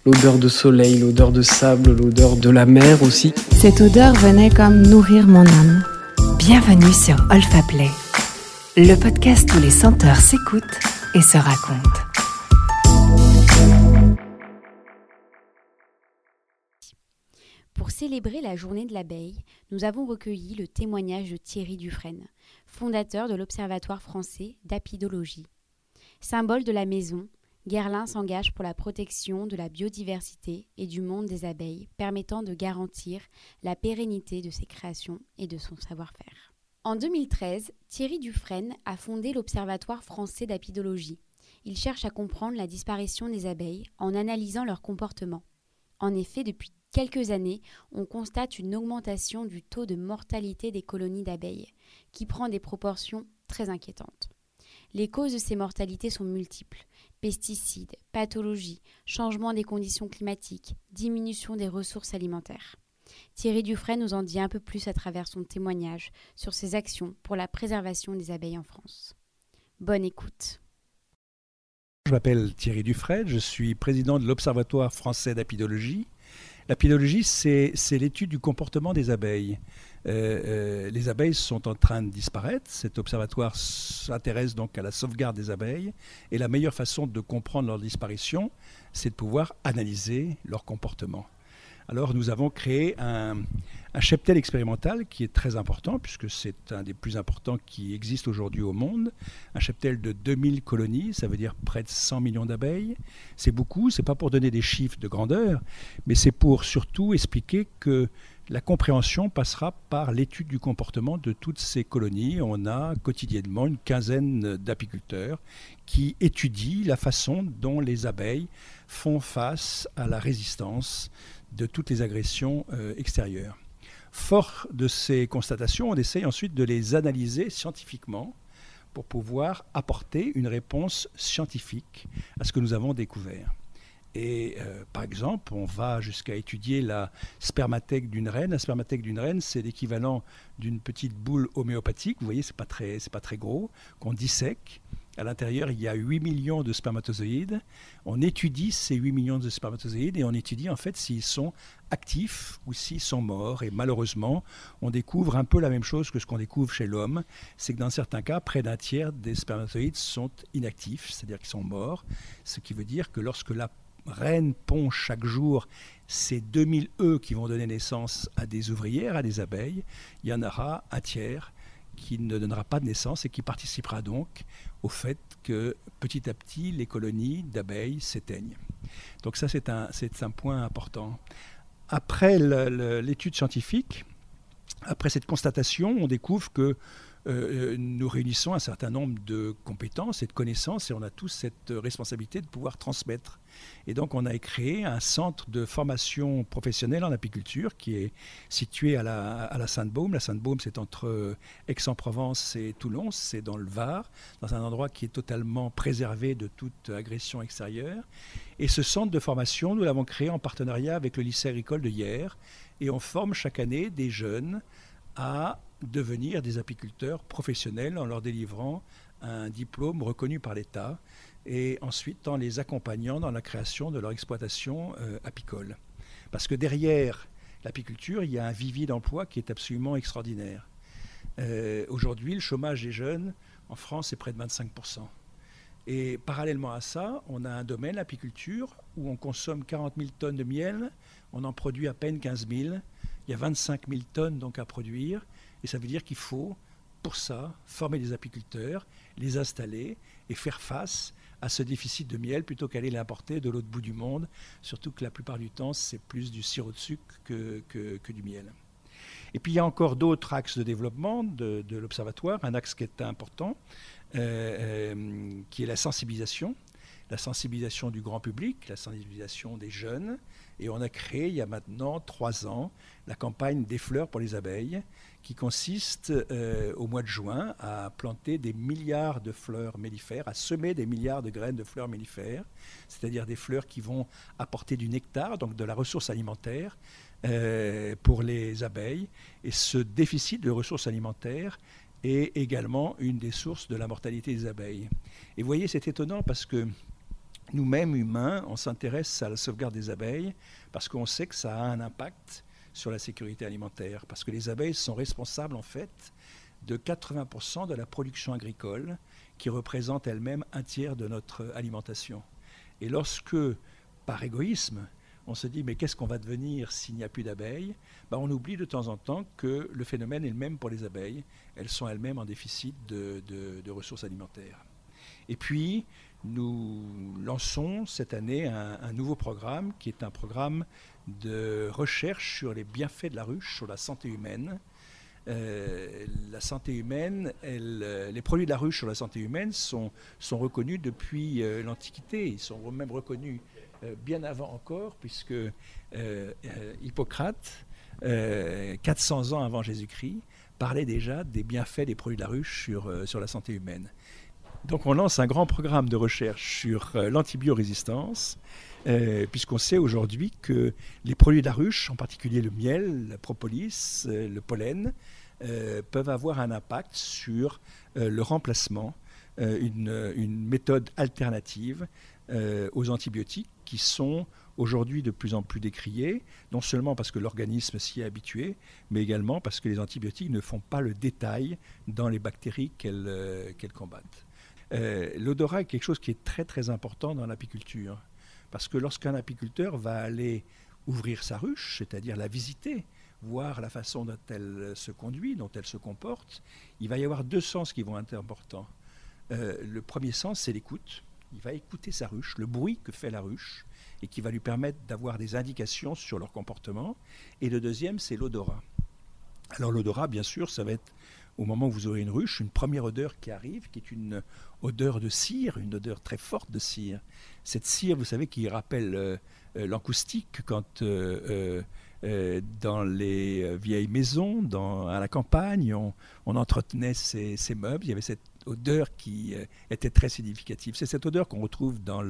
L'odeur de soleil, l'odeur de sable, l'odeur de la mer aussi. Cette odeur venait comme nourrir mon âme. Bienvenue sur Olfaplay, le podcast où les senteurs s'écoutent et se racontent. Pour célébrer la journée de l'abeille, nous avons recueilli le témoignage de Thierry Dufresne, fondateur de l'Observatoire français d'apidologie. Symbole de la maison, Guerlain s'engage pour la protection de la biodiversité et du monde des abeilles, permettant de garantir la pérennité de ses créations et de son savoir-faire. En 2013, Thierry Dufresne a fondé l'Observatoire français d'apidologie. Il cherche à comprendre la disparition des abeilles en analysant leur comportement. En effet, depuis quelques années, on constate une augmentation du taux de mortalité des colonies d'abeilles, qui prend des proportions très inquiétantes. Les causes de ces mortalités sont multiples. Pesticides, pathologies, changement des conditions climatiques, diminution des ressources alimentaires. Thierry Dufresne nous en dit un peu plus à travers son témoignage sur ses actions pour la préservation des abeilles en France. Bonne écoute. Je m'appelle Thierry Dufresne, je suis président de l'Observatoire français d'apidologie. L'apidologie, c'est l'étude du comportement des abeilles. Les abeilles sont en train de disparaître. Cet observatoire s'intéresse donc à la sauvegarde des abeilles. Et la meilleure façon de comprendre leur disparition, c'est de pouvoir analyser leur comportement. Alors nous avons créé un cheptel expérimental qui est très important, puisque c'est un des plus importants qui existent aujourd'hui au monde. Un cheptel de 2000 colonies, ça veut dire près de 100 millions d'abeilles. C'est beaucoup, c'est pas pour donner des chiffres de grandeur, mais c'est pour surtout expliquer que la compréhension passera par l'étude du comportement de toutes ces colonies. On a quotidiennement une quinzaine d'apiculteurs qui étudient la façon dont les abeilles font face à la résistance de toutes les agressions extérieures. Fort de ces constatations, on essaye ensuite de les analyser scientifiquement pour pouvoir apporter une réponse scientifique à ce que nous avons découvert. Et par exemple, on va jusqu'à étudier la spermathèque d'une reine. La spermathèque d'une reine, c'est l'équivalent d'une petite boule homéopathique. Vous voyez, c'est pas très gros, qu'on dissèque. À l'intérieur, il y a 8 millions de spermatozoïdes. On étudie ces 8 millions de spermatozoïdes et on étudie en fait s'ils sont actifs ou s'ils sont morts. Et malheureusement, on découvre un peu la même chose que ce qu'on découvre chez l'homme. C'est que dans certains cas, près d'un tiers des spermatozoïdes sont inactifs, c'est-à-dire qu'ils sont morts. Ce qui veut dire que lorsque la reine pond chaque jour ces 2000 œufs qui vont donner naissance à des ouvrières, à des abeilles, il y en aura un tiers qui ne donnera pas de naissance et qui participera donc au fait que petit à petit les colonies d'abeilles s'éteignent. Donc ça c'est un point important. Après l'étude scientifique, après cette constatation, on découvre que nous réunissons un certain nombre de compétences et de connaissances et on a tous cette responsabilité de pouvoir transmettre. Et donc on a créé un centre de formation professionnelle en apiculture qui est situé à la Sainte-Baume. La Sainte-Baume, c'est entre Aix-en-Provence et Toulon, c'est dans le Var, dans un endroit qui est totalement préservé de toute agression extérieure. Et ce centre de formation, nous l'avons créé en partenariat avec le lycée agricole de Hyères et on forme chaque année des jeunes à devenir des apiculteurs professionnels en leur délivrant un diplôme reconnu par l'État et ensuite en les accompagnant dans la création de leur exploitation apicole. Parce que derrière l'apiculture, il y a un vivier d'emploi qui est absolument extraordinaire. Aujourd'hui, le chômage des jeunes en France est près de 25%. Et parallèlement à ça, on a un domaine, l'apiculture, où on consomme 40 000 tonnes de miel, on en produit à peine 15 000. Il y a 25 000 tonnes donc à produire. Et ça veut dire qu'il faut, pour ça, former des apiculteurs, les installer et faire face à ce déficit de miel plutôt qu'aller l'importer de l'autre bout du monde. Surtout que la plupart du temps, c'est plus du sirop de sucre que du miel. Et puis il y a encore d'autres axes de développement de l'Observatoire. Un axe qui est important, qui est la sensibilisation du grand public, la sensibilisation des jeunes. Et on a créé, il y a maintenant 3 ans, la campagne des fleurs pour les abeilles, qui consiste au mois de juin à planter des milliards de fleurs mellifères, à semer des milliards de graines de fleurs mellifères, c'est-à-dire des fleurs qui vont apporter du nectar, donc de la ressource alimentaire, pour les abeilles. Et ce déficit de ressources alimentaires est également une des sources de la mortalité des abeilles. Et vous voyez, c'est étonnant parce que nous-mêmes, humains, on s'intéresse à la sauvegarde des abeilles parce qu'on sait que ça a un impact sur la sécurité alimentaire. Parce que les abeilles sont responsables, en fait, de 80% de la production agricole, qui représente elle-même un tiers de notre alimentation. Et lorsque, par égoïsme, on se dit mais qu'est-ce qu'on va devenir s'il n'y a plus d'abeilles, on oublie de temps en temps que le phénomène est le même pour les abeilles. Elles sont elles-mêmes en déficit de ressources alimentaires. Et puis, nous lançons cette année un nouveau programme qui est un programme de recherche sur les bienfaits de la ruche sur la santé humaine. La santé humaine, les produits de la ruche sur la santé humaine sont reconnus depuis l'Antiquité. Ils sont même reconnus bien avant encore, puisque Hippocrate, 400 ans avant Jésus-Christ, parlait déjà des bienfaits des produits de la ruche sur la santé humaine. Donc on lance un grand programme de recherche sur l'antibiorésistance, puisqu'on sait aujourd'hui que les produits de la ruche, en particulier le miel, la propolis, le pollen, peuvent avoir un impact sur le remplacement, une méthode alternative aux antibiotiques qui sont aujourd'hui de plus en plus décriés, non seulement parce que l'organisme s'y est habitué, mais également parce que les antibiotiques ne font pas le détail dans les bactéries qu'elles combattent. L'odorat est quelque chose qui est très très important dans l'apiculture, parce que lorsqu'un apiculteur va aller ouvrir sa ruche, c'est-à-dire la visiter, voir la façon dont elle se conduit, dont elle se comporte, il va y avoir deux sens qui vont être importants. Le premier sens, c'est l'écoute. Il va écouter sa ruche, le bruit que fait la ruche, et qui va lui permettre d'avoir des indications sur leur comportement. Et le deuxième, c'est l'odorat. Alors l'odorat, bien sûr, ça va être, au moment où vous aurez une ruche, une première odeur qui arrive, qui est une odeur de cire, une odeur très forte de cire. Cette cire, vous savez, qui rappelle l'encoustique quand dans les vieilles maisons, à la campagne, on entretenait ces meubles. Il y avait cette odeur qui était très significative. C'est cette odeur qu'on retrouve dans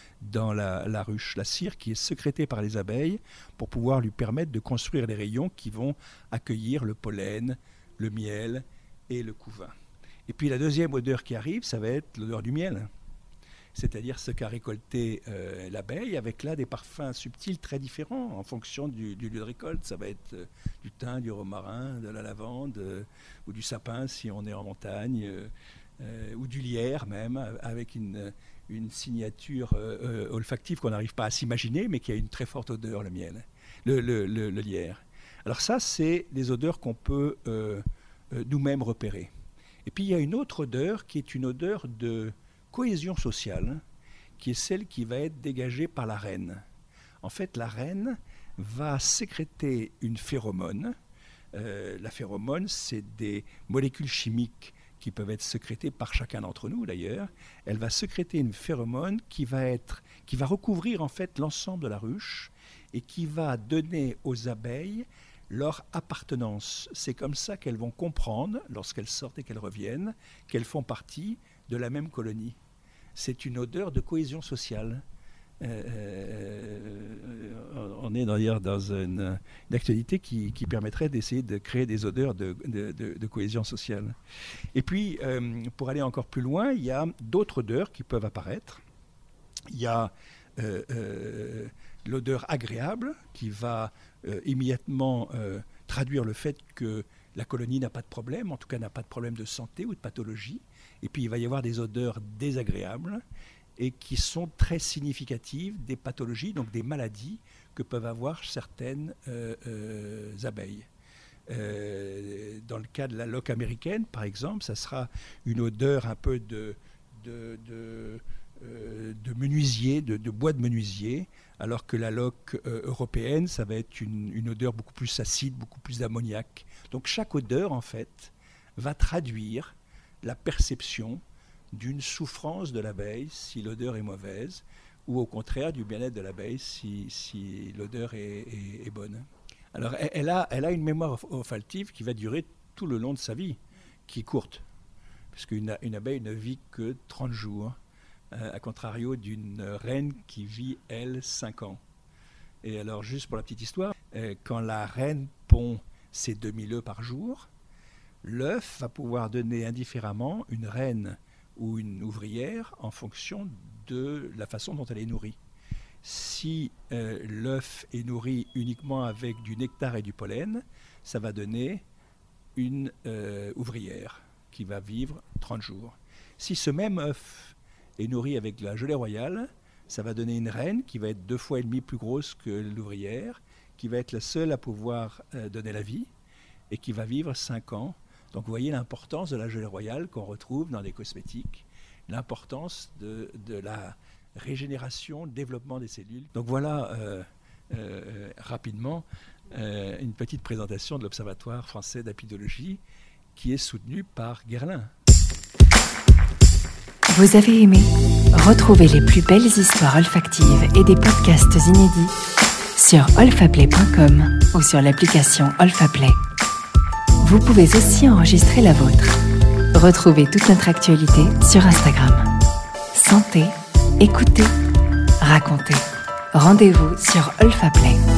la ruche, la cire qui est sécrétée par les abeilles pour pouvoir lui permettre de construire les rayons qui vont accueillir le pollen, le miel et le couvain. Et puis la deuxième odeur qui arrive, ça va être l'odeur du miel, c'est-à-dire ce qu'a récolté l'abeille, avec là des parfums subtils très différents en fonction du lieu de récolte. Ça va être du thym, du romarin, de la lavande ou du sapin si on est en montagne, ou du lierre même, avec une signature olfactive qu'on n'arrive pas à s'imaginer, mais qui a une très forte odeur, le miel, le lierre. Alors ça, c'est les odeurs qu'on peut nous-mêmes repérer. Et puis il y a une autre odeur qui est une odeur de cohésion sociale, qui est celle qui va être dégagée par la reine. En fait, la reine va sécréter une phéromone. La phéromone, c'est des molécules chimiques qui peuvent être sécrétées par chacun d'entre nous d'ailleurs. Elle va sécréter une phéromone qui va recouvrir en fait l'ensemble de la ruche et qui va donner aux abeilles leur appartenance. C'est comme ça qu'elles vont comprendre, lorsqu'elles sortent et qu'elles reviennent, qu'elles font partie de la même colonie. C'est une odeur de cohésion sociale. On est d'ailleurs dans une actualité qui permettrait d'essayer de créer des odeurs de cohésion sociale. Et puis, pour aller encore plus loin, il y a d'autres odeurs qui peuvent apparaître. Il y a l'odeur agréable qui va immédiatement traduire le fait que la colonie n'a pas de problème, en tout cas n'a pas de problème de santé ou de pathologie. Et puis il va y avoir des odeurs désagréables et qui sont très significatives des pathologies, donc des maladies que peuvent avoir certaines abeilles. Dans le cas de la loque américaine, par exemple, ça sera une odeur un peu de menuisier, de bois de menuisier, alors que la loque européenne, ça va être une odeur beaucoup plus acide, beaucoup plus d'ammoniac. Donc chaque odeur, en fait, va traduire la perception d'une souffrance de l'abeille si l'odeur est mauvaise, ou au contraire du bien-être de l'abeille si l'odeur est bonne. Alors elle a une mémoire olfactive qui va durer tout le long de sa vie, qui est courte, puisqu'une abeille ne vit que 30 jours, à contrario d'une reine qui vit, elle, 5 ans. Et alors, juste pour la petite histoire, quand la reine pond ses 2000 œufs par jour, l'œuf va pouvoir donner indifféremment une reine ou une ouvrière en fonction de la façon dont elle est nourrie. Si l'œuf est nourri uniquement avec du nectar et du pollen, ça va donner une ouvrière qui va vivre 30 jours. Si ce même œuf est nourri avec de la gelée royale, ça va donner une reine qui va être 2,5 fois plus grosse que l'ouvrière, qui va être la seule à pouvoir donner la vie et qui va vivre 5 ans. Donc vous voyez l'importance de la gelée royale qu'on retrouve dans les cosmétiques, l'importance de la régénération, le développement des cellules. Donc voilà rapidement une petite présentation de l'Observatoire français d'apidologie qui est soutenu par Guerlain. Vous avez aimé? Retrouvez les plus belles histoires olfactives et des podcasts inédits sur olfaplay.com ou sur l'application Olfaplay. Vous pouvez aussi enregistrer la vôtre. Retrouvez toute notre actualité sur Instagram. Sentez, écoutez, racontez. Rendez-vous sur Olfaplay.